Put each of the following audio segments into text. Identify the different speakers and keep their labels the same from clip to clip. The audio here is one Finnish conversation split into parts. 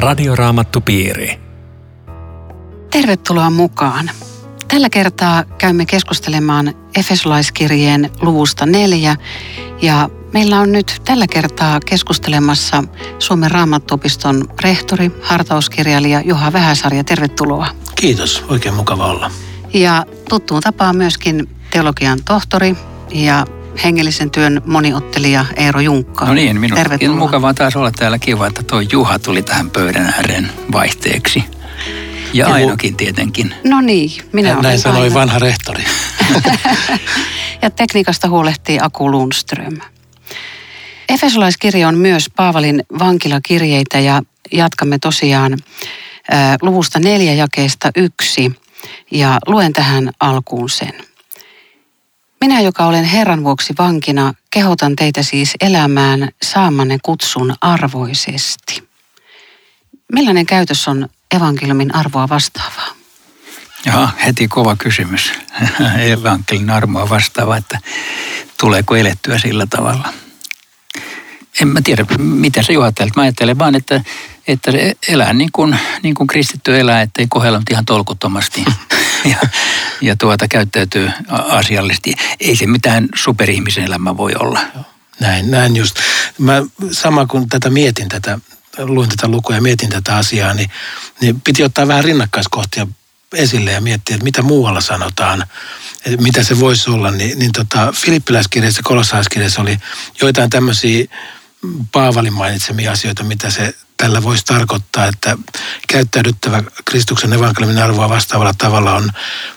Speaker 1: Radioraamattupiiri.
Speaker 2: Tervetuloa mukaan. Tällä kertaa käymme keskustelemaan Efesolaiskirjeen luvusta 4 ja meillä on nyt tällä kertaa keskustelemassa Suomen Raamattuopiston rehtori, hartauskirjailija Juha Vähäsarja. Tervetuloa.
Speaker 3: Kiitos, oikein mukava olla.
Speaker 2: Ja tuttuun tapaan myöskin teologian tohtori ja hengellisen työn moniottelija Eero Junkka.
Speaker 4: No niin, minunkin mukavaa taas olla täällä. Kiva, että tuo Juha tuli tähän pöydän ääreen vaihteeksi. Ja Ainokin tietenkin.
Speaker 2: No niin, minä olen
Speaker 3: näin sanoi Aino. Vanha rehtori.
Speaker 2: Ja tekniikasta huolehtii Aku Lundström. Efesolaiskirja on myös Paavalin vankilakirjeitä ja jatkamme tosiaan luvusta 4 jakeesta 1 ja luen tähän alkuun sen. Minä, joka olen Herran vuoksi vankina, kehotan teitä siis elämään saamanne kutsun arvoisesti. Millainen käytös on evankeliumin arvoa vastaavaa?
Speaker 4: Jaha, heti kova kysymys. Evankeliumin arvoa vastaava, että tuleeko elettyä sillä tavalla. En mä tiedä, miten sä ajattelet. Mä ajattelen vaan, että elää niin kuin kristitty elää, ettei kohdella ihan tolkuttomasti ja käyttäytyy asiallisesti. Ei se mitään superihmisen elämä voi olla.
Speaker 3: Näin just. Mä sama kun luin tätä lukua ja mietin tätä asiaa, niin piti ottaa vähän rinnakkaiskohtia esille ja miettiä, että mitä muualla sanotaan, mitä se voisi olla. Filippiläiskirjassa ja Kolossaiskirjassa oli joitain tämmöisiä Paavalin mainitsemia asioita, mitä se tällä voisi tarkoittaa, että käyttäydyttävä Kristuksen evankeliumin arvoa vastaavalla tavalla on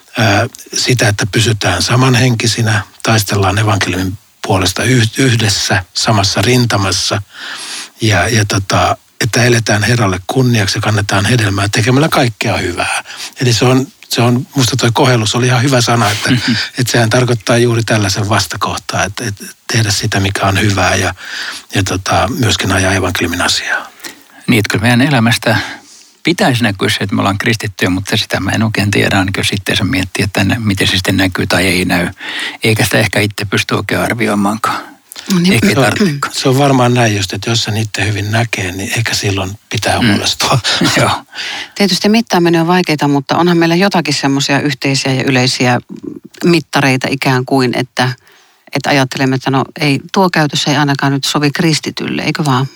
Speaker 3: sitä, että pysytään samanhenkisinä, taistellaan evankeliumin puolesta yhdessä, samassa rintamassa ja että eletään Herralle kunniaksi ja kannetaan hedelmää tekemällä kaikkea hyvää. Eli se on musta toi kohellus oli ihan hyvä sana, että sehän tarkoittaa juuri tällaisen vastakohtaa, että tehdä sitä, mikä on hyvää ja myöskin ajaa evankeliumin asiaa.
Speaker 4: Niin, että kyllä meidän elämästä pitäisi näkyä se, että me ollaan kristittyjä, mutta sitä mä en oikein tiedä, ainakin sitten se miettii, että miten se sitten näkyy tai ei näy. Eikä sitä ehkä itse pysty oikein arvioimaankaan. Ehkä ei tarvitsekaan.
Speaker 3: Se on varmaan näin just, että jos sen itse hyvin näkee, niin ehkä silloin pitää huolestua.
Speaker 4: Joo.
Speaker 2: Tietysti mittaaminen on vaikeaa, mutta onhan meillä jotakin semmoisia yhteisiä ja yleisiä mittareita ikään kuin, että ajattelemme, että no ei, tuo käytös ei ainakaan nyt sovi kristitylle, eikö vaan?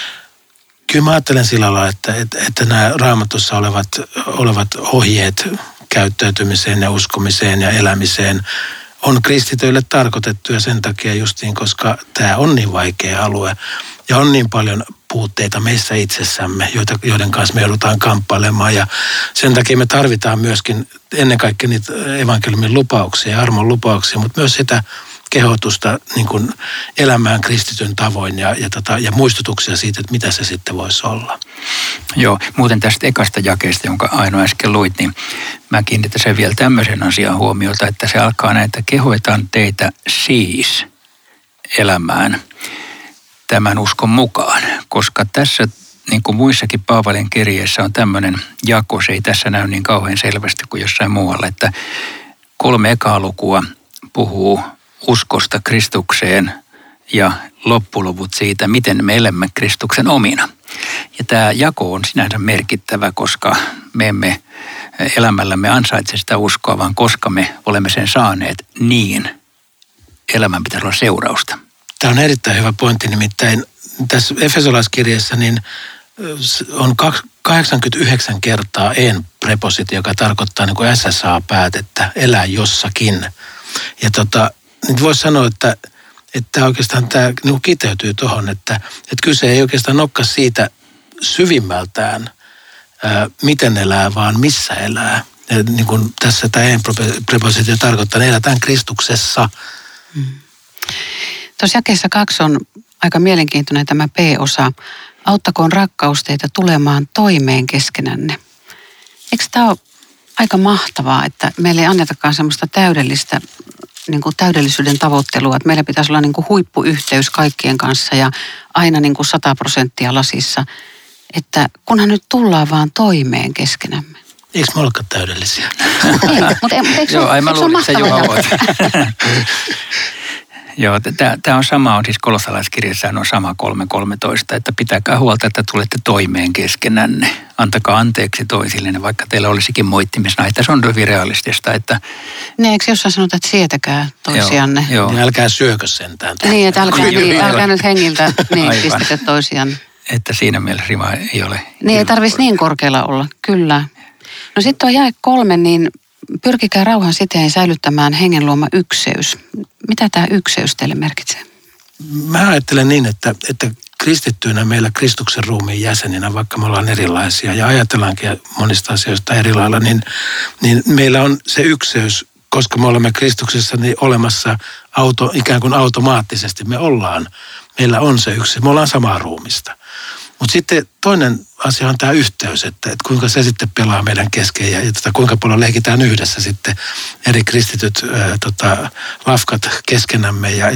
Speaker 3: Kyllä mä ajattelen sillä lailla, että nämä Raamatussa olevat ohjeet käyttäytymiseen ja uskomiseen ja elämiseen on kristityille tarkoitettuja sen takia justiin, koska tämä on niin vaikea alue ja on niin paljon puutteita meissä itsessämme, joiden kanssa me joudutaan kamppailemaan ja sen takia me tarvitaan myöskin ennen kaikkea niitä evankeliumin lupauksia ja armon lupauksia, mutta myös sitä kehotusta niin kuin elämään kristityn tavoin ja muistutuksia siitä, että mitä se sitten voisi olla.
Speaker 4: Joo, muuten tästä ekasta jakeesta, jonka Aino äsken luit, niin mä kiinnitän sen vielä tämmöisen asian huomiota, että se alkaa näitä kehoitan teitä siis elämään tämän uskon mukaan, koska tässä niin kuin muissakin Paavalin kirjeissä on tämmöinen jako, se ei tässä näy niin kauhean selvästi kuin jossain muualla, että 3 ekaa lukua puhuu uskosta Kristukseen ja loppuluvut siitä, miten me elämme Kristuksen omina. Ja tämä jako on sinänsä merkittävä, koska me emme elämällämme ansaitse sitä uskoa, vaan koska me olemme sen saaneet, niin elämän pitäisi olla seurausta.
Speaker 3: Tämä on erittäin hyvä pointti, nimittäin tässä Efesolaiskirjassa niin on 89 kertaa en-prepositio, joka tarkoittaa niin kuin SSA-päätettä, elää jossakin. Ja nyt voisi sanoa, että oikeastaan tämä niin kiteytyy tuohon, että kyse ei oikeastaan olekaan siitä syvimmältään, miten elää, vaan missä elää. Ja niin kuin tässä tämä en-prepositio tarkoittaa, että eletään Kristuksessa.
Speaker 2: Tuossa jakeessa 2 on aika mielenkiintoinen tämä P-osa. Auttakoon rakkaus teitä tulemaan toimeen keskenänne. Eikö tämä ole aika mahtavaa, että meille ei annetakaan semmoista täydellistä niin kuin täydellisyyden tavoittelua, että meillä pitäisi olla niin kuin huippuyhteys kaikkien kanssa ja aina niin kuin 100% lasissa, että kunhan nyt tullaan vaan toimeen keskenämme.
Speaker 3: Eikö me olekaan täydellisiä?
Speaker 2: Ei, mutta eikö se
Speaker 4: Joo, mä luulin, että se Juha voit. Joo, tämä on sama, on siis kolossalaiskirjassa on sama 3.13, että pitäkää huolta, että tulette toimeen keskenänne. Antakaa anteeksi toisillenne, vaikka teillä olisikin moittimisena. Tässä on hyvin realistista, että...
Speaker 2: Niin, eikö jossain sanota, että sietäkää toisianne?
Speaker 4: Joo.
Speaker 3: Niin älkää syökö sentään.
Speaker 2: Niin, että älkää nyt hengiltä pistäkö toisianne.
Speaker 4: Että siinä mielessä rima ei ole...
Speaker 2: Niin, ei tarvitsisi niin korkealla olla, kyllä. No sitten on jae 3, niin pyrkikää rauhan siteen säilyttämään hengen luoma ykseys. Mitä tämä ykseys teille merkitsee?
Speaker 3: Mä ajattelen niin, että kristittyinä meillä Kristuksen ruumiin jäseninä, vaikka me ollaan erilaisia ja ajatellaankin monista asioista eri lailla, niin meillä on se ykseys, koska me olemme Kristuksessa niin olemassa ikään kuin automaattisesti. Meillä on se ykseys, me ollaan samaa ruumista. Mutta sitten toinen asia on tämä yhteys, että kuinka se sitten pelaa meidän kesken ja kuinka paljon leikitään yhdessä sitten eri kristityt lafkat keskenämme ja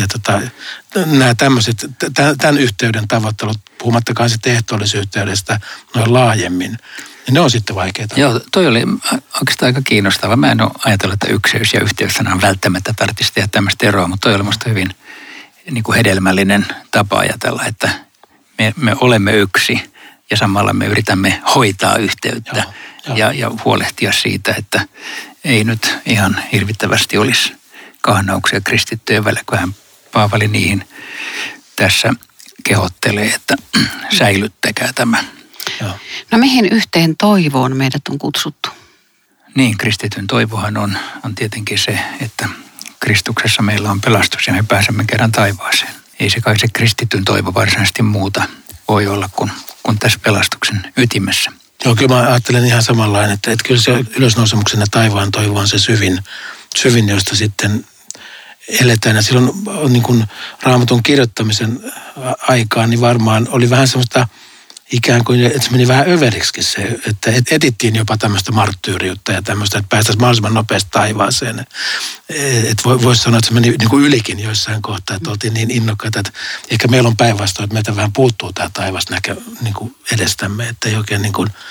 Speaker 3: nämä tämmöiset, tämän yhteyden tavoittelut, puhumattakaan sitten ehtoollisyhteydestä noin laajemmin, niin ne on sitten vaikeita.
Speaker 4: Joo, toi oli oikeastaan aika kiinnostava. Mä en ole ajatellut, että ykseys ja yhteyssanaan välttämättä tarvitsisi tehdä tämmöistä eroa, mutta toi oli musta hyvin niin kuin hedelmällinen tapa ajatella, että me olemme yksi ja samalla me yritämme hoitaa yhteyttä ja huolehtia siitä, että ei nyt ihan hirvittävästi olisi kahnauksia kristittyjen välillä, kun hän Paavali niihin tässä kehottelee, että säilyttäkää tämä.
Speaker 2: Joo. No mihin yhteen toivoon meidät on kutsuttu?
Speaker 4: Niin, kristityn toivohan on tietenkin se, että Kristuksessa meillä on pelastus ja me pääsemme kerran taivaaseen. Ei se kai se kristityn toivo varsinaisesti muuta voi olla kuin tässä pelastuksen ytimessä.
Speaker 3: Joo, kyllä mä ajattelen ihan samanlainen, että kyllä se ylösnousemuksen ja taivaan toivo on se syvin, josta sitten eletään. Ja silloin niin kuin Raamatun kirjoittamisen aikaan, niin varmaan oli vähän semmoista ikään kuin, että se meni vähän överiksi se, että etittiin jopa tämmöistä marttyyriutta ja tämmöistä, että päästäisiin mahdollisimman nopeasti taivaaseen. Että voisi sanoa, että se meni niin kuin ylikin joissain kohtaa, että oltiin niin innokkaita, että ehkä meillä on päinvastoin, että meiltä vähän puuttuu tämä taivasnäkö niin kuin edestämme, että ei oikein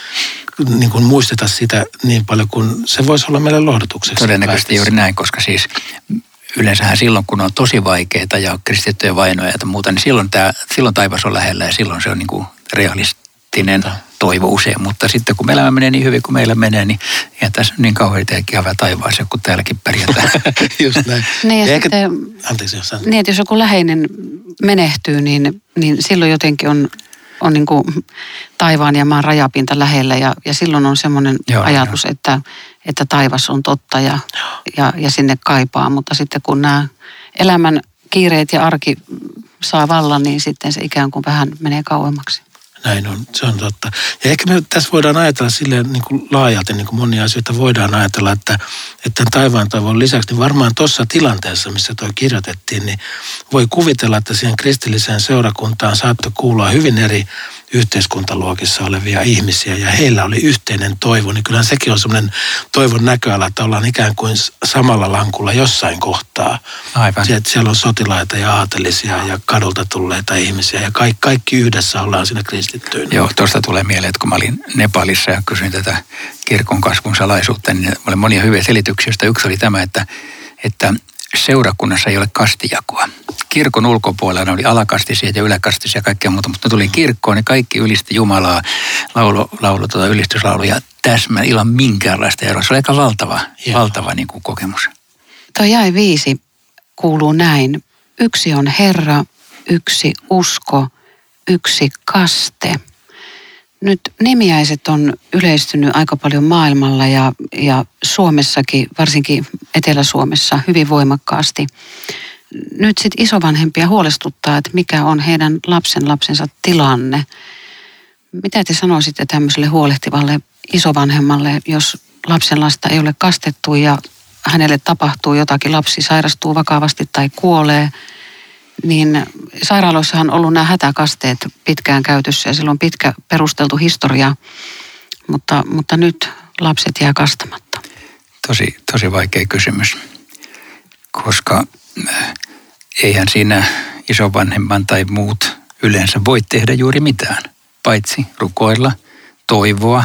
Speaker 3: niin kuin muisteta sitä niin paljon kuin se voisi olla meille lohdutukseksi.
Speaker 4: Todennäköisesti juuri näin, koska siis yleensähän silloin, kun on tosi vaikeita ja kristittyjä vainoja ja muuta, niin silloin taivas on lähellä ja silloin se on niin kuin realistinen toivo usein. Mutta sitten kun elämä menee niin hyvin kuin meillä menee, niin eihän tässä niin kauheita ja kihavaa taivaaseen, kun täälläkin pärjätään.
Speaker 3: Just näin.
Speaker 2: Niin, ja sitten,
Speaker 3: anteeksi, jos sanon.
Speaker 2: Niin, että jos joku läheinen menehtyy, niin silloin jotenkin on niin kuin taivaan ja maan rajapinta lähellä ja silloin on semmoinen ajatus, että taivas on totta ja sinne kaipaa. Mutta sitten kun nämä elämän kiireet ja arki saa vallan, niin sitten se ikään kuin vähän menee kauemmaksi.
Speaker 3: Näin on, se on totta. Ja ehkä me tässä voidaan ajatella silleen niin kuin laajalti, niin kuin monia asioita voidaan ajatella, että taivaan toivon lisäksi, niin varmaan tuossa tilanteessa, missä toi kirjoitettiin, niin voi kuvitella, että siihen kristilliseen seurakuntaan saattoi kuulua hyvin eri yhteiskuntaluokissa olevia ihmisiä ja heillä oli yhteinen toivo, niin kyllähän sekin on semmoinen toivon näköala, että ollaan ikään kuin samalla lankulla jossain kohtaa.
Speaker 4: Aivan.
Speaker 3: Siellä on sotilaita ja aatelisia ja kadulta tulleita ihmisiä ja kaikki yhdessä ollaan siinä kristittyinä.
Speaker 4: Joo, tuosta tulee mieleen, että kun mä olin Nepalissa ja kysyin tätä kirkon kasvun salaisuutta, niin oli monia hyviä selityksiä, joista yksi oli tämä, että seurakunnassa ei ole kastijakoa. Kirkon ulkopuolella oli alakastisia ja yläkastisia ja kaikkea muuta, mutta ne tuli kirkkoon, niin kaikki ylisti Jumalaa, ylistyslauluja täsmään ilman minkäänlaista eroa. Se oli aika valtava niin kuin kokemus.
Speaker 2: Tuo jae 5 kuuluu näin. Yksi on Herra, yksi usko, yksi kaste. Nyt nimiäiset on yleistynyt aika paljon maailmalla ja Suomessakin, varsinkin Etelä-Suomessa, hyvin voimakkaasti. Nyt sitten isovanhempia huolestuttaa, että mikä on heidän lapsensa tilanne. Mitä te sanoisitte tämmöiselle huolehtivalle isovanhemmalle, jos lapsenlasta ei ole kastettu ja hänelle tapahtuu jotakin, lapsi sairastuu vakavasti tai kuolee, niin sairaaloissahan on ollut nämä hätäkasteet pitkään käytössä ja sillä on pitkä perusteltu historia, mutta nyt lapset jää kastamatta.
Speaker 4: Tosi vaikea kysymys, koska eihän siinä isovanhemman tai muut yleensä voi tehdä juuri mitään, paitsi rukoilla, toivoa,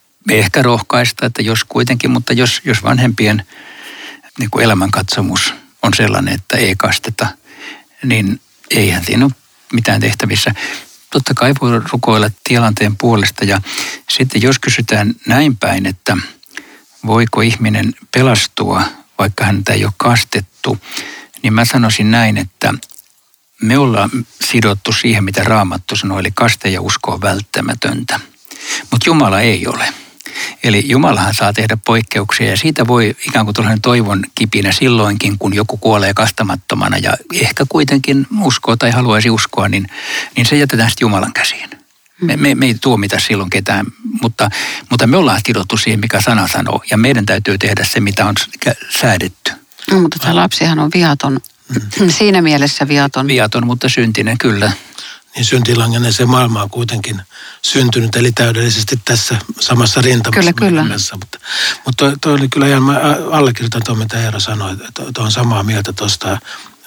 Speaker 4: ehkä rohkaista, että jos kuitenkin, mutta jos vanhempien niin kuin elämänkatsomus on sellainen, että ei kasteta, niin eihän siinä ole mitään tehtävissä. Totta kai voi rukoilla tilanteen puolesta ja sitten jos kysytään näin päin, että voiko ihminen pelastua, vaikka häntä ei ole kastettu, niin mä sanoisin näin, että me ollaan sidottu siihen, mitä Raamattu sanoo, eli kaste ja usko on välttämätöntä. Mutta Jumala ei ole. Eli Jumalahan saa tehdä poikkeuksia ja siitä voi ikään kuin tuollainen toivon kipinä silloinkin, kun joku kuolee kastamattomana ja ehkä kuitenkin uskoo tai haluaisi uskoa, niin se jätetään sitten Jumalan käsiin. Me ei tuomita silloin ketään, mutta me ollaan sidottu siihen, mikä sana sanoo ja meidän täytyy tehdä se, mitä on säädetty.
Speaker 2: No, mutta tämä lapsihan on viaton. Siinä mielessä viaton.
Speaker 4: Viaton, mutta syntinen, kyllä.
Speaker 3: Niin syntilangenneeseen maailma on kuitenkin syntynyt, eli täydellisesti tässä samassa rintamassa.
Speaker 2: Kyllä.
Speaker 3: Mutta toi oli kyllä ihan, mä allekirjoitan tuon, mitä Eero sanoi, että on samaa mieltä tuosta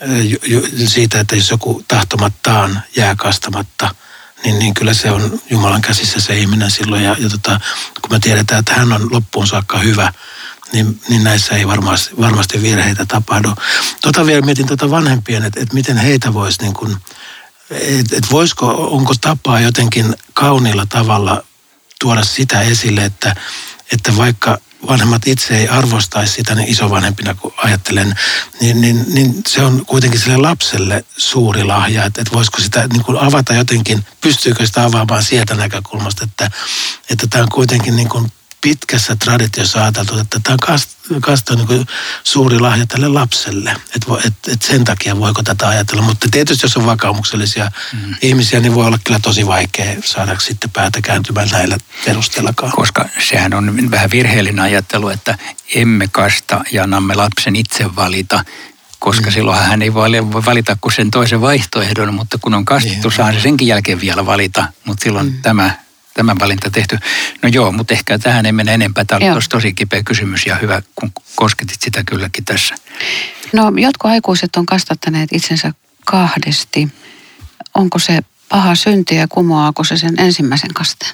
Speaker 3: siitä, että jos joku tahtomattaan jää kastamatta, niin kyllä se on Jumalan käsissä se ihminen silloin. Ja kun me tiedetään, että hän on loppuun saakka hyvä, niin näissä ei varmasti virheitä tapahdu. Vielä mietin vanhempien, että miten heitä voisi niin kuin, että onko tapaa jotenkin kauniilla tavalla tuoda sitä esille, että vaikka vanhemmat itse ei arvostaisi sitä niin isovanhempina, kun ajattelen, niin se on kuitenkin sille lapselle suuri lahja, että voisiko sitä niin kuin avata jotenkin, pystyykö sitä avaamaan sieltä näkökulmasta, että tämä on kuitenkin niin kuin pitkässä traditiossa ajateltu, että tämä kasta on niin suuri lahja tälle lapselle. Että sen takia voiko tätä ajatella. Mutta tietysti jos on vakaumuksellisia ihmisiä, niin voi olla kyllä tosi vaikea saada sitten päätä kääntymään näillä perusteellakaan.
Speaker 4: Koska sehän on vähän virheellinen ajattelu, että emme kasta ja annamme lapsen itse valita. Koska silloinhan hän ei voi valita kuin sen toisen vaihtoehdon, mutta kun on kastettu, saa se senkin jälkeen vielä valita. Mutta silloin tämä valinta tehty. No joo, mutta ehkä tähän ei mene enempää. Tämä oli tosi kipeä kysymys ja hyvä, kun kosketit sitä kylläkin tässä.
Speaker 2: No jotkut aikuiset on kastattaneet itsensä kahdesti. Onko se paha synti ja kumoaako se sen ensimmäisen kasteen?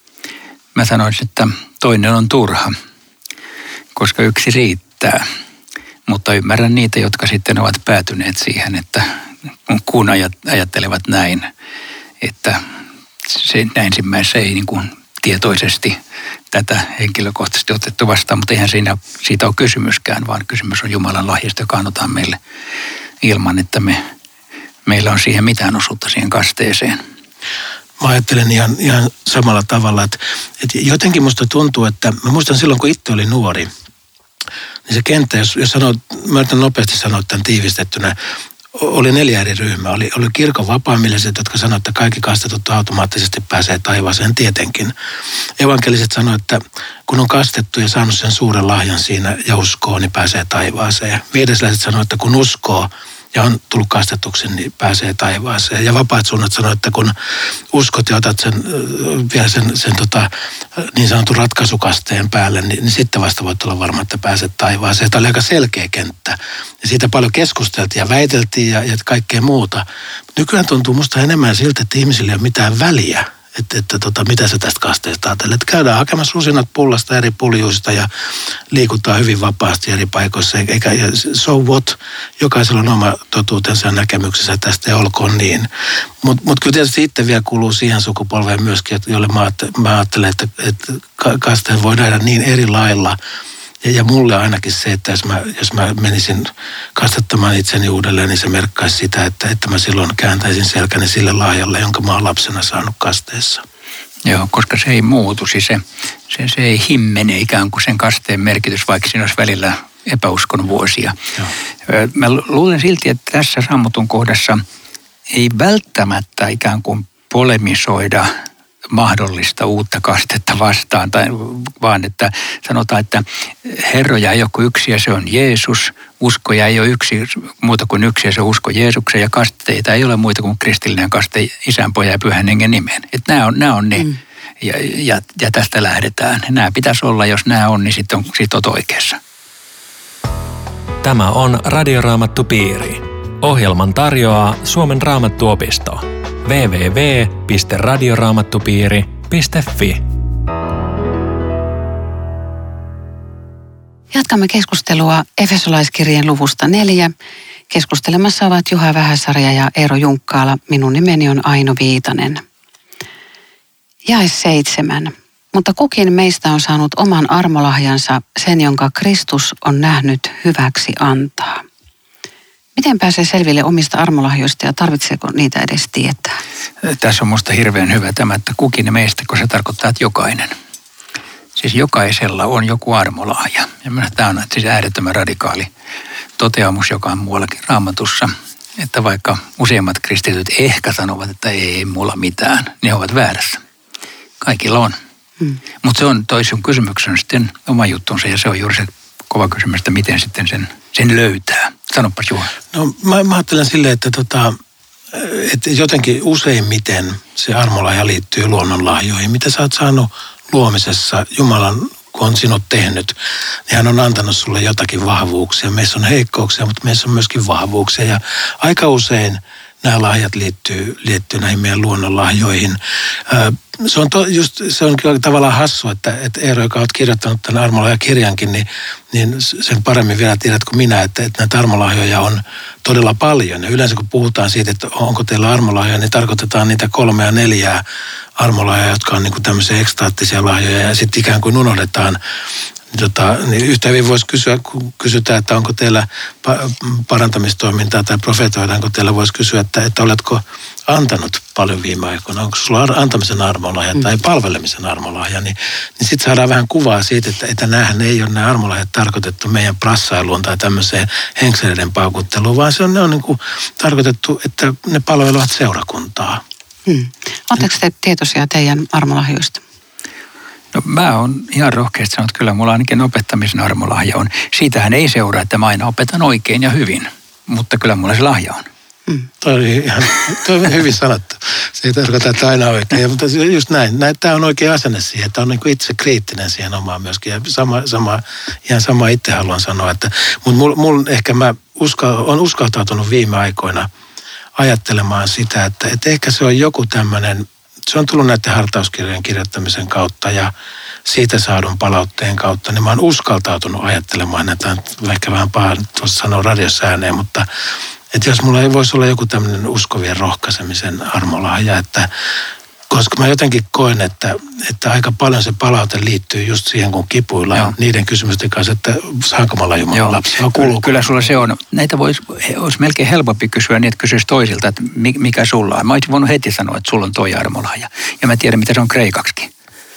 Speaker 4: Mä sanoisin, että toinen on turha, koska yksi riittää. Mutta ymmärrän niitä, jotka sitten ovat päätyneet siihen, että kun ajattelevat näin, että se ensimmäisessä ei niin kuin tietoisesti tätä henkilökohtaisesti otettu vastaan, mutta eihän siitä ole kysymyskään, vaan kysymys on Jumalan lahjasta, joka annetaan meille ilman, että meillä on siihen mitään osuutta siihen kasteeseen.
Speaker 3: Mä ajattelen ihan samalla tavalla, että jotenkin musta tuntuu, että mä muistan silloin, kun itse oli nuori, niin se kenttä, jos sanoo, mä yritän nopeasti sanoa tämän tiivistettynä, oli 4 eri ryhmää. Oli kirkon vapaamilliset, jotka sanoivat, että kaikki kastetut automaattisesti pääsee taivaaseen tietenkin. Evankeliset sanoivat, että kun on kastettu ja saanut sen suuren lahjan siinä ja uskoo, niin pääsee taivaaseen. Viidesläiset sanoivat, että kun uskoo ja on tullut kastetuksi, niin pääsee taivaaseen. Ja vapaat suunnat sanoivat, että kun uskot ja otat vielä sen niin sanotun ratkaisukasteen päälle, niin sitten vasta voit olla varma, että pääset taivaaseen. Tämä oli aika selkeä kenttä. Ja siitä paljon keskusteltiin ja väiteltiin ja kaikkea muuta. Nykyään tuntuu musta enemmän siltä, että ihmisillä ei ole mitään väliä. Että mitä sä tästä kasteesta ajattelet. Että käydään hakemassa rusinat pullasta eri puljuista ja liikutaan hyvin vapaasti eri paikoissa. Eikä so what, jokaisella on oma totuutensa ja näkemyksensä tästä ja olkoon niin. Mutta kyllä tietysti itse vielä kuuluu siihen sukupolveen myöskin, jolle mä ajattelen, että kasteen voi nähdä niin eri lailla. Ja mulle ainakin se, että jos mä menisin kastattamaan itseni uudelleen, niin se merkkaisi sitä, että mä silloin kääntäisin selkäni sille lahjalle, jonka mä oon lapsena saanut kasteessa.
Speaker 4: Joo, koska se ei muutu, siis se ei himmene ikään kuin sen kasteen merkitys, vaikka siinä olisi välillä epäuskon vuosia. Joo. Mä luulen silti, että tässä Raamatun kohdassa ei välttämättä ikään kuin polemisoida mahdollista uutta kastetta vastaan, vaan että sanotaan, että herroja ei ole kuin yksi ja se on Jeesus, uskoja ei ole muuta kuin yksi ja se on usko Jeesuksen ja kasteita ei ole muita kuin kristillinen kaste Isän, Pojan ja Pyhän Hengen nimeen. Että nämä on ne ja tästä lähdetään. Nämä pitäisi olla, jos nämä on, niin sitten olet oikeassa.
Speaker 1: Tämä on Radioraamattupiiri. Ohjelman tarjoaa Suomen Raamattuopisto. www.radioraamattupiiri.fi.
Speaker 2: Jatkamme keskustelua Efesolaiskirjeen luvusta 4. Keskustelemassa ovat Juha Vähäsarja ja Eero Junkkaala. Minun nimeni on Aino Viitanen. Jae 7. Mutta kukin meistä on saanut oman armolahjansa, sen jonka Kristus on nähnyt hyväksi antaa. Miten pääsee selville omista armolahjoista ja tarvitseeko niitä edes tietää?
Speaker 4: Tässä on musta hirveän hyvä tämä, että kukin meistä, kun se tarkoittaa, että jokainen. Siis jokaisella on joku armolahja. Ja tämä on siis äärettömän radikaali toteamus, joka on muuallakin Raamatussa. Että vaikka useimmat kristityt ehkä sanovat, että ei mulla mitään, niin he ovat väärässä. Kaikilla on. Mutta se on sun kysymyksen sitten oma juttunsa ja se on juuri se kova kysymys, että miten sitten sen löytää. Sanopas Juha.
Speaker 3: No mä ajattelen silleen, että jotenkin useimmiten se armolahja liittyy luonnonlahjoihin. Mitä sä oot saanut luomisessa Jumalan, kun on sinut tehnyt, niin hän on antanut sulle jotakin vahvuuksia. Meissä on heikkouksia, mutta meissä on myöskin vahvuuksia. Ja aika usein nämä lahjat liittyy näihin meidän luonnonlahjoihin. Se on kyllä tavallaan hassu, että Eero, joka olet kirjoittanut tämän armolahjakirjankin, niin sen paremmin vielä tiedät kuin minä, että näitä armolahjoja on todella paljon. Ja yleensä kun puhutaan siitä, että onko teillä armolahjoja, niin tarkoitetaan niitä 3 ja 4 armolahjoja, jotka on niin kuin tämmöisiä ekstaattisia lahjoja ja sitten ikään kuin unohdetaan. Niin yhtä hyvin voisi kysyä, kun kysytään, että onko teillä parantamistoimintaa tai profetoidaanko teillä, voisi kysyä, että oletko antanut paljon viime aikoina, onko sulla antamisen armolahja tai palvelemisen armolahja, niin sitten saadaan vähän kuvaa siitä, että näähän ei ole nämä armolahjat tarkoitettu meidän prassailuun tai tämmöiseen henkseleiden paukutteluun, vaan ne on niin kuin tarkoitettu, että ne palvelevat seurakuntaa.
Speaker 2: Oletteko te tietoisia teidän armolahjoista?
Speaker 4: No mä oon ihan rohkeasti sanonut, että kyllä mulla ainakin opettamisen armolahja on. Siitähän ei seuraa, että mä aina opetan oikein ja hyvin, mutta kyllä mulla se lahja on.
Speaker 3: Toi on hyvin sanottu. Se ei tarkoita, että aina oikein, mutta just näin. Tämä on oikea asenne siihen, että on niin kuin itse kriittinen siihen omaan myöskin. Ja ihan sama itse haluan sanoa, että mun ehkä mä olen uskaltautunut viime aikoina ajattelemaan sitä, että ehkä se on joku tämmöinen. Se on tullut näiden hartauskirjojen kirjoittamisen kautta ja siitä saadun palautteen kautta, niin mä oon uskaltautunut ajattelemaan näitä, ehkä vähän paha tuossa sanoa radiossa ääneen, mutta että jos mulla ei voisi olla joku tämmöinen uskovien rohkaisemisen armolahja, että koska mä jotenkin koen, että aika paljon se palaute liittyy just siihen, kun kipuillaan niiden kysymysten kanssa, että saanko mä olla Jumalan lapsi.
Speaker 4: Kyllä sulla se on. Näitä olisi melkein helpompi kysyä niin, että kysyisi toisilta, että mikä sulla on. Mä olisin voinut heti sanoa, että sulla on toi armolahja. Ja mä tiedän, mitä se on kreikaksikin.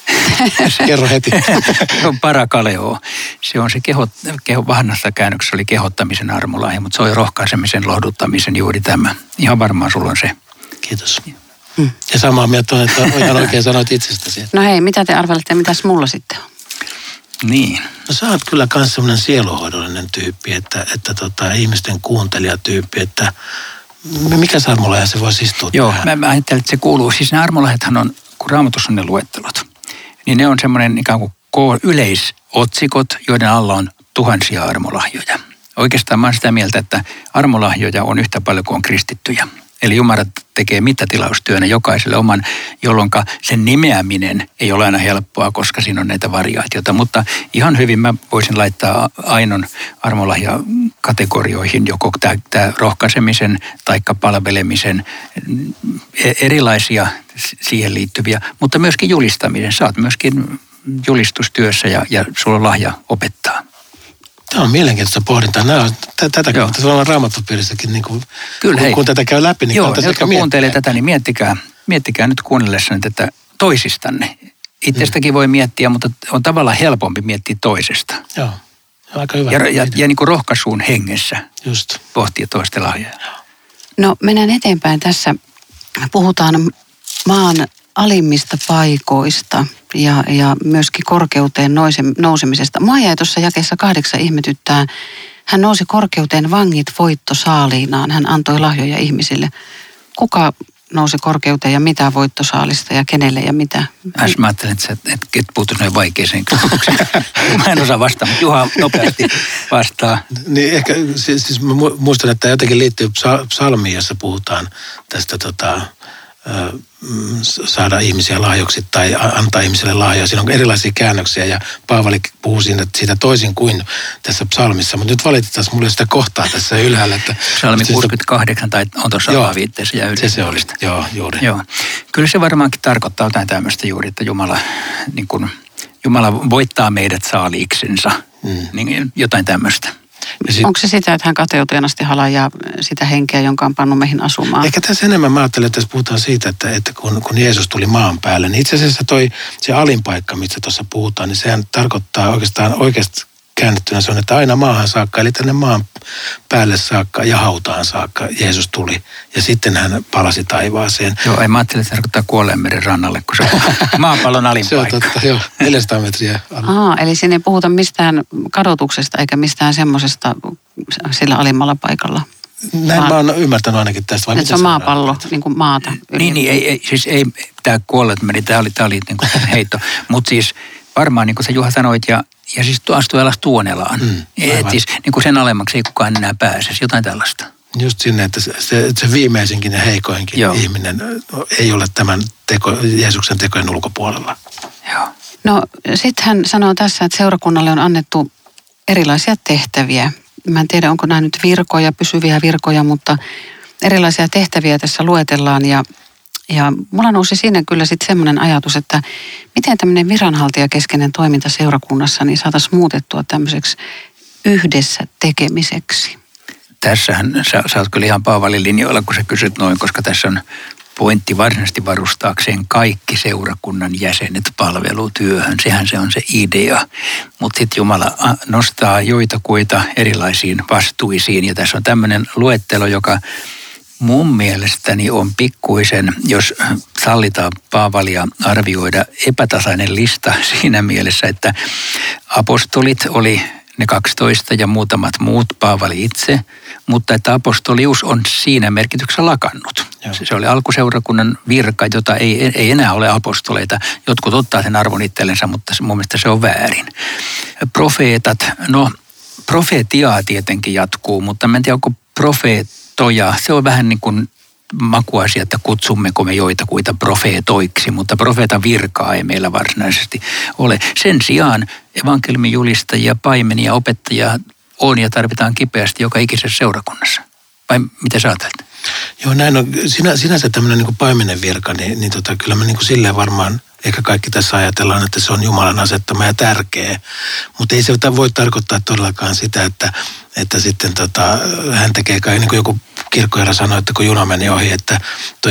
Speaker 3: Kerro heti.
Speaker 4: Se on parakaleo. Se on se vanhassa käännöksessä oli kehottamisen armolahja, mutta se on rohkaisemisen, lohduttamisen juuri tämä. Ihan varmaan sulla on se.
Speaker 3: Kiitos. Ja samaa mieltä on, että ihan oikein sanoit itsestäsi.
Speaker 2: No hei, mitä te arvelette, mitäs mulla sitten on?
Speaker 4: Niin.
Speaker 3: No sä oot kyllä myös semmoinen sieluhoidollinen tyyppi, että ihmisten kuuntelijatyyppi, että mikä se armolahja se voisi istua tähän?
Speaker 4: Mä ajattelen, että se kuuluu. Siis ne armolahjathan on, kun Raamatussa on ne luettelot, niin ne on semmoinen ikään kuin yleisotsikot, joiden alla on tuhansia armolahjoja. Oikeastaan mä oon sitä mieltä, että armolahjoja on yhtä paljon kuin on kristittyjä. Eli Jumala tekee mittatilaustyönä jokaiselle oman, jolloin sen nimeäminen ei ole aina helppoa, koska siinä on näitä variaatioita. Mutta ihan hyvin mä voisin laittaa Ainon armolahja-kategorioihin joko tämä rohkaisemisen tai palvelemisen, erilaisia siihen liittyviä, mutta myöskin julistaminen. Sä oot myöskin julistustyössä ja sulla on lahja opettaa.
Speaker 3: Tämä on mielenkiintoista pohdintaa. Tätä kannattaa olla Raamattupiirissäkin, niin kun tätä käy läpi. Niin
Speaker 4: joo, jotka kuuntelee tätä, niin miettikää nyt kuunnellessanne tätä toisistanne. Itsestäkin voi miettiä, mutta on tavallaan helpompi miettiä toisesta.
Speaker 3: Joo, aika hyvä.
Speaker 4: Ja niin kuin rohkaisuun hengessä
Speaker 3: just
Speaker 4: pohtia toisten lahjaa.
Speaker 2: No mennään eteenpäin. Tässä puhutaan maan alimmista paikoista ja myöskin korkeuteen nousemisesta. Mua jäi tuossa jakeessa 8 ihmetyttää. Hän nousi korkeuteen vangit voittosaaliinaan. Hän antoi lahjoja ihmisille. Kuka nousi korkeuteen ja mitä voittosaalista ja kenelle ja mitä?
Speaker 4: Mä ajattelin, että et puuttuisi noin vaikeisiin kysymyksiin. Mä en osaa vastata, mutta Juha nopeasti vastaa.
Speaker 3: Niin ehkä, siis mä muistan, että jotenkin liittyy psalmiin, jossa puhutaan tästä saada ihmisiä lahjoksi tai antaa ihmisille lahjoja. Siinä on erilaisia käännöksiä ja Paavali puhuu siitä toisin kuin tässä psalmissa. Mutta nyt valitettavasti mulla ei sitä kohtaa tässä ylhäällä. Että
Speaker 4: Psalmi 68 tai on tuossa alaviitteessä ja yleensä.
Speaker 3: Se oli, joo, juuri.
Speaker 4: Joo. Kyllä se varmaankin tarkoittaa jotain tämmöistä juuri, että Jumala voittaa meidät saaliiksensa. Niin jotain tämmöistä.
Speaker 2: Onko se sitä, että hän kateutujasti halajaa sitä henkeä, jonka on pannut meihin asumaan?
Speaker 3: Ehkä tässä enemmän mä ajattelen, että tässä puhutaan siitä, että kun Jeesus tuli maan päälle, niin itse asiassa se alinpaikka, mistä tuossa puhutaan, niin sehän tarkoittaa oikeasti käännettynä se on, että aina maahan saakka, eli tänne maan päälle saakka ja hautaan saakka Jeesus tuli. Ja sitten hän palasi taivaaseen.
Speaker 4: Joo, ei mä ajattelin, että se tarkoittaa Kuoleenmeren rannalle, kun se on maapallon alinpaikka.
Speaker 3: Se on totta, joo, 400 metriä.
Speaker 2: Eli siinä ei puhuta mistään kadotuksesta eikä mistään semmoisesta sillä alimmalla paikalla.
Speaker 3: Näin mä oon ymmärtänyt ainakin tästä.
Speaker 2: Että se on maapallo, niin kuin maata.
Speaker 4: Niin, ei tämä kuolleet meni, tämä oli niin kuin heitto. Mutta siis varmaan niin kuin sä Juha sanoit ja siis astui alas tuonelaan. Siis niin kuin sen alemmaksi ei kukaan enää pääse, jotain tällaista.
Speaker 3: Just sinne, että se viimeisinkin ja heikoinkin ihminen ei ole tämän Jeesuksen tekojen ulkopuolella.
Speaker 4: Joo.
Speaker 2: No sitten hän sanoo tässä, että seurakunnalle on annettu erilaisia tehtäviä. Mä en tiedä, onko nämä nyt virkoja, pysyviä virkoja, mutta erilaisia tehtäviä tässä luetellaan ja mulla nousi siinä kyllä sitten semmoinen ajatus, että miten tämmöinen viranhaltijakeskeinen toiminta seurakunnassa niin saataisiin muutettua tämmöiseksi yhdessä tekemiseksi.
Speaker 4: Tässähän sä oot kyllä ihan Paavalin linjoilla, kun sä kysyt noin, koska tässä on pointti varsinaisesti varustaakseen kaikki seurakunnan jäsenet palvelutyöhön. Sehän se on se idea. Mutta sitten Jumala nostaa joitakuita erilaisiin vastuisiin. Ja tässä on tämmöinen luettelo, joka mun mielestäni on pikkuisen, jos sallitaan Paavalia arvioida, epätasainen lista siinä mielessä, että apostolit oli ne 12 ja muutamat muut, Paavali itse, mutta että apostolius on siinä merkityksessä lakannut. Joo. Se oli alkuseurakunnan virka, jota ei enää ole apostoleita. Jotkut ottaa sen arvon itsellensä, mutta mun mielestä se on väärin. Profeetat, no profeetiaa tietenkin jatkuu, mutta mä en tiedä, onko profeetoja. Se on vähän niin kuin makuasia, että kutsummeko me joitakuita profeetoiksi, mutta profeetan virkaa ei meillä varsinaisesti ole. Sen sijaan evankeliumin julistajia, paimenia, opettajia on ja tarvitaan kipeästi joka ikisessä seurakunnassa. Vai mitä sä ajattelet?
Speaker 3: Joo, näin on. Sinänsä tämmöinen niin paimenen virka, niin kyllä me niin silleen varmaan, eikä kaikki tässä ajatellaan, että se on Jumalan asettama ja tärkeä. Mutta ei se voi tarkoittaa todellakaan sitä, että sitten hän tekee kai, niin kuin joku kirkkoherra sanoi, että kun juna meni ohi, että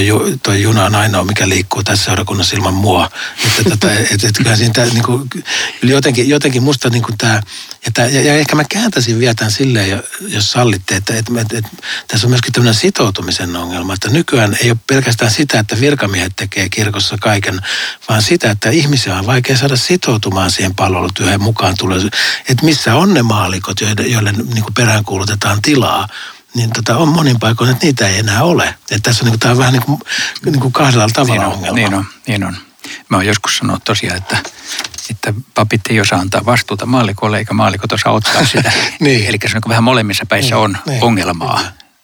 Speaker 3: toi juna on ainoa, mikä liikkuu tässä seurakunnassa ilman mua. Että kyllähän siinä niin kuin, jotenkin musta niin kuin tämä, ja ehkä mä kääntäisin vielä tämän silleen, jos sallitte, että tässä on myöskin tämmöinen sitoutumisen ongelma, että nykyään ei ole pelkästään sitä, että virkamiehet tekee kirkossa kaiken, vaan sitä, että ihmisiä on vaikea saada sitoutumaan siihen palvelutyöhön mukaan tulee, että missä on ne maallikot, joille niin kuin peräänkuulutetaan tilaa, niin on monin paikoin, että niitä ei enää ole. Että tässä on tämä on vähän niin kuin kahdella tavalla ongelma.
Speaker 4: Niin on. Mä oon joskus sanonut tosiaan, että papit ei osaa antaa vastuuta maallikolle, eikä maallikot osaa ottaa sitä.
Speaker 3: Niin.
Speaker 4: Eli se on vähän molemmissa päissä on ongelmaa.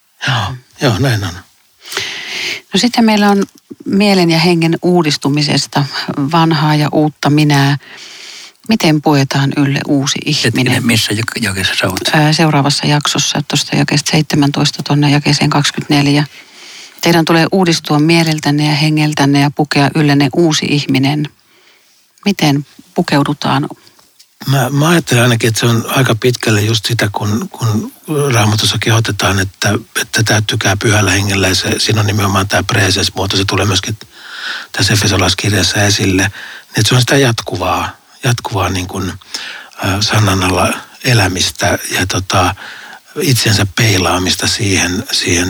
Speaker 3: Joo, näin on.
Speaker 2: No sitten meillä on mielen ja hengen uudistumisesta vanhaa ja uutta minää. Miten puetaan ylle uusi ihminen?
Speaker 4: Missä jakeessa sä oot?
Speaker 2: Seuraavassa jaksossa, tuosta jakeesta 17 tuonne jakeeseen 24. Teidän tulee uudistua mieleltänne ja hengeltänne ja pukea yllenne uusi ihminen. Miten pukeudutaan?
Speaker 3: Mä ajattelen ainakin, että se on aika pitkälle just sitä, kun Raamatussa kehotetaan, että täyttykää pyhällä hengellä. Ja siinä on nimenomaan tämä preses-muoto. Se tulee myöskin tässä Efesolaiskirjassa esille. Että se on sitä jatkuvaa niin kuin sanan alla elämistä ja itsensä peilaamista siihen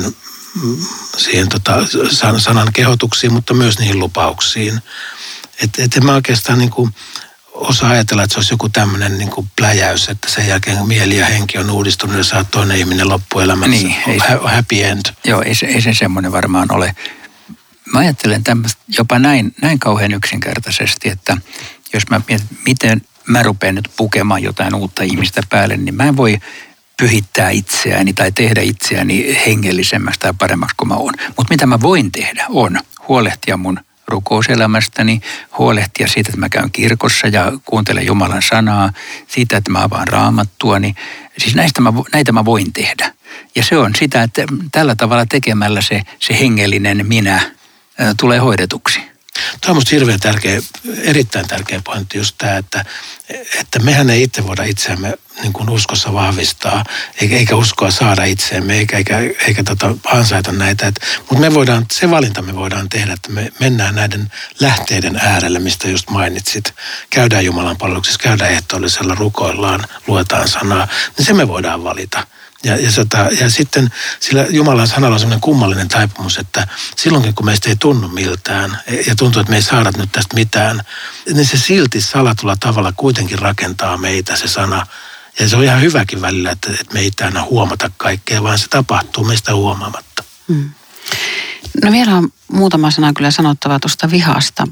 Speaker 3: sanan kehotuksiin, mutta myös niihin lupauksiin. Että mä oikeastaan niin kuin osaa ajatella, että se olisi joku tämmöinen niin kuin pläjäys, että sen jälkeen mieli ja henki on uudistunut ja saa toinen ihminen loppuelämässä. Niin, happy end.
Speaker 4: Joo, ei se semmoinen varmaan ole. Mä ajattelen tämmöistä jopa näin kauhean yksinkertaisesti, että jos mä mietin, miten mä rupean nyt pukemaan jotain uutta ihmistä päälle, niin mä en voi pyhittää itseäni tai tehdä itseäni hengellisemmäksi tai paremmaksi kuin mä oon. Mutta mitä mä voin tehdä on huolehtia mun rukouselämästäni, huolehtia siitä, että mä käyn kirkossa ja kuuntelen Jumalan sanaa, siitä, että mä avaan raamattuani. Siis näitä mä voin tehdä. Ja se on sitä, että tällä tavalla tekemällä se hengellinen minä tulee hoidetuksi.
Speaker 3: Tämä on musta hirveän tärkeä, erittäin tärkeä pointti just tämä, että mehän ei itse voida itseämme niin kuin uskossa vahvistaa, eikä uskoa saada itseemme, eikä ansaita näitä. Mutta me voidaan, se valinta me voidaan tehdä, että me mennään näiden lähteiden äärelle, mistä just mainitsit. Käydään Jumalan palveluksessa, käydään ehtoollisella, rukoillaan, luetaan sanaa, niin se me voidaan valita. Ja sitten sillä Jumalan sanalla on sellainen kummallinen taipumus, että silloinkin kun meistä ei tunnu miltään ja tuntuu, että me ei saada nyt tästä mitään, niin se silti salatulla tavalla kuitenkin rakentaa meitä se sana. Ja se on ihan hyväkin välillä, että me ei aina huomata kaikkea, vaan se tapahtuu meistä huomaamatta.
Speaker 2: No vielä on muutama sana kyllä sanottava tuosta vihasta.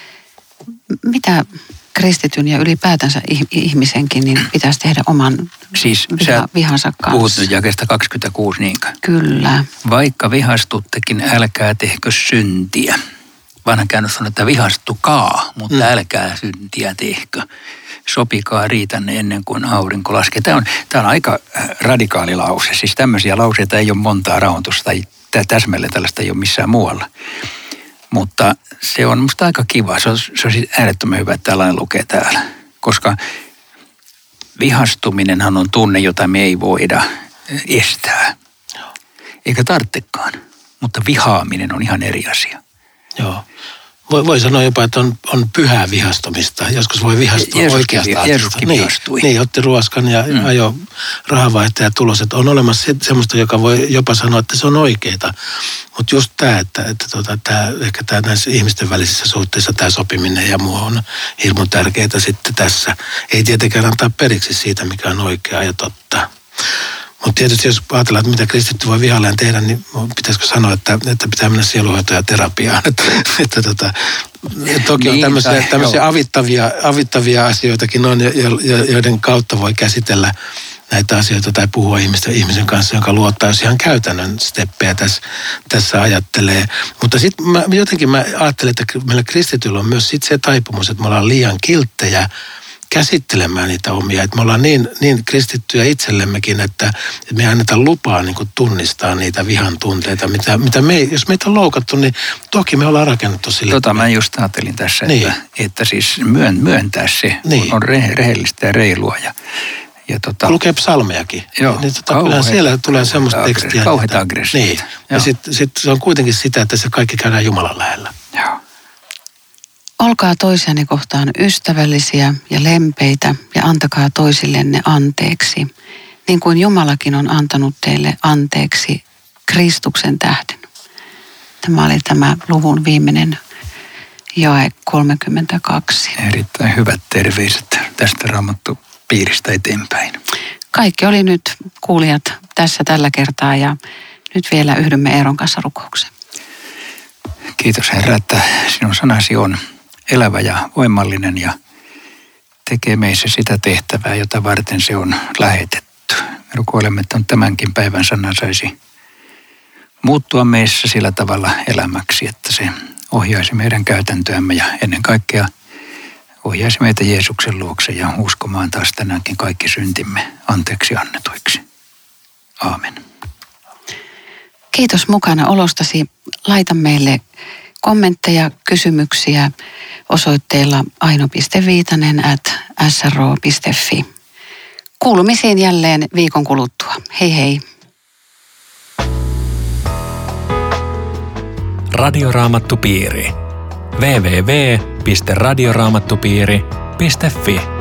Speaker 2: Mitä kristityn ja ylipäätänsä ihmisenkin niin pitäisi tehdä oman vihansa kanssa?
Speaker 4: Puhut nyt jakeesta 26 niinkö?
Speaker 2: Kyllä.
Speaker 4: Vaikka vihastuttekin, älkää tehkö syntiä. Vanha käännös sanoo, että vihastukaa, mutta älkää syntiä tehkö. Sopikaa riitänne ennen kuin aurinko laskee. Tämä on aika radikaali lause. Siis tämmöisiä lauseita ei ole montaa Raamatussa tai täsmälleen tällaista ei ole missään muualla. Mutta se on musta aika kiva. Se on äärettömän hyvä, että tällainen lukee täällä. Koska vihastuminenhan on tunne, jota me ei voida estää. Eikä tarvitsekaan. Mutta vihaaminen on ihan eri asia.
Speaker 3: Joo. Voi sanoa jopa, että on pyhää vihastumista. Joskus voi vihastua oikeasta asiasta.
Speaker 4: Jeesuskin vihastui.
Speaker 3: Niin, otti ruoskan ja ajoi rahavaihtaja tulos. Että on olemassa semmoista, joka voi jopa sanoa, että se on oikeeta. Mutta just tämä, että ehkä näissä ihmisten välisissä suhteissa tämä sopiminen ja muu on hirmu tärkeää sitten tässä. Ei tietenkään antaa periksi siitä, mikä on oikeaa ja totta. Mutta tietysti jos ajatellaan, että mitä kristitty voi vihalleen tehdä, niin pitäisikö sanoa, että pitää mennä sielunhoitoon ja terapiaan. Toki on tämmöisiä avittavia asioitakin on, joiden kautta voi käsitellä näitä asioita tai puhua ihmisen kanssa, joka luottaa, jos ihan käytännön steppejä tässä ajattelee. Mutta sitten mä ajattelen, että meillä kristityillä on myös sit se taipumus, että me ollaan liian kilttejä käsittelemään niitä omia. Että me ollaan niin kristittyjä itsellemmekin, että me ei anneta lupaa niin kuin tunnistaa niitä vihan tunteita, mitä jos meitä on loukattu, niin toki me ollaan rakennettu sille.
Speaker 4: Mä just ajattelin tässä,
Speaker 3: niin.
Speaker 4: että siis myöntää se
Speaker 3: niin.
Speaker 4: On rehellistä ja reilua.
Speaker 3: Lukee psalmejakin.
Speaker 4: Joo.
Speaker 3: Niin, kyllä siellä tulee semmoista tekstiä.
Speaker 4: Kauheita aggressiota.
Speaker 3: Niin. Ja sitten se on kuitenkin sitä, että se kaikki käydään Jumalan lähellä.
Speaker 4: Joo.
Speaker 2: Olkaa toisianne kohtaan ystävällisiä ja lempeitä ja antakaa toisillenne anteeksi, niin kuin Jumalakin on antanut teille anteeksi Kristuksen tähden. Tämä oli tämä luvun viimeinen jae 32.
Speaker 4: Erittäin hyvät terveiset tästä Raamattupiiristä eteenpäin.
Speaker 2: Kaikki oli nyt kuulijat tässä tällä kertaa ja nyt vielä yhdymme Eeron kanssa rukoukseen.
Speaker 4: Kiitos Herra, että sinun sanasi on elävä ja voimallinen ja tekee meissä sitä tehtävää, jota varten se on lähetetty. Me rukoilemme, että tämänkin päivän sana saisi muuttua meissä sillä tavalla elämäksi, että se ohjaisi meidän käytäntöämme ja ennen kaikkea ohjaisi meitä Jeesuksen luokse ja uskomaan taas tänäänkin kaikki syntimme anteeksi annetuiksi. Aamen.
Speaker 2: Kiitos mukana olostasi. Laita meille kommentteja, kysymyksiä osoitteella aino.viitanen@sro.fi. Kuulumisiin jälleen viikon kuluttua. Hei hei.
Speaker 1: Radioraamattupiiri. www.radioraamattupiiri.fi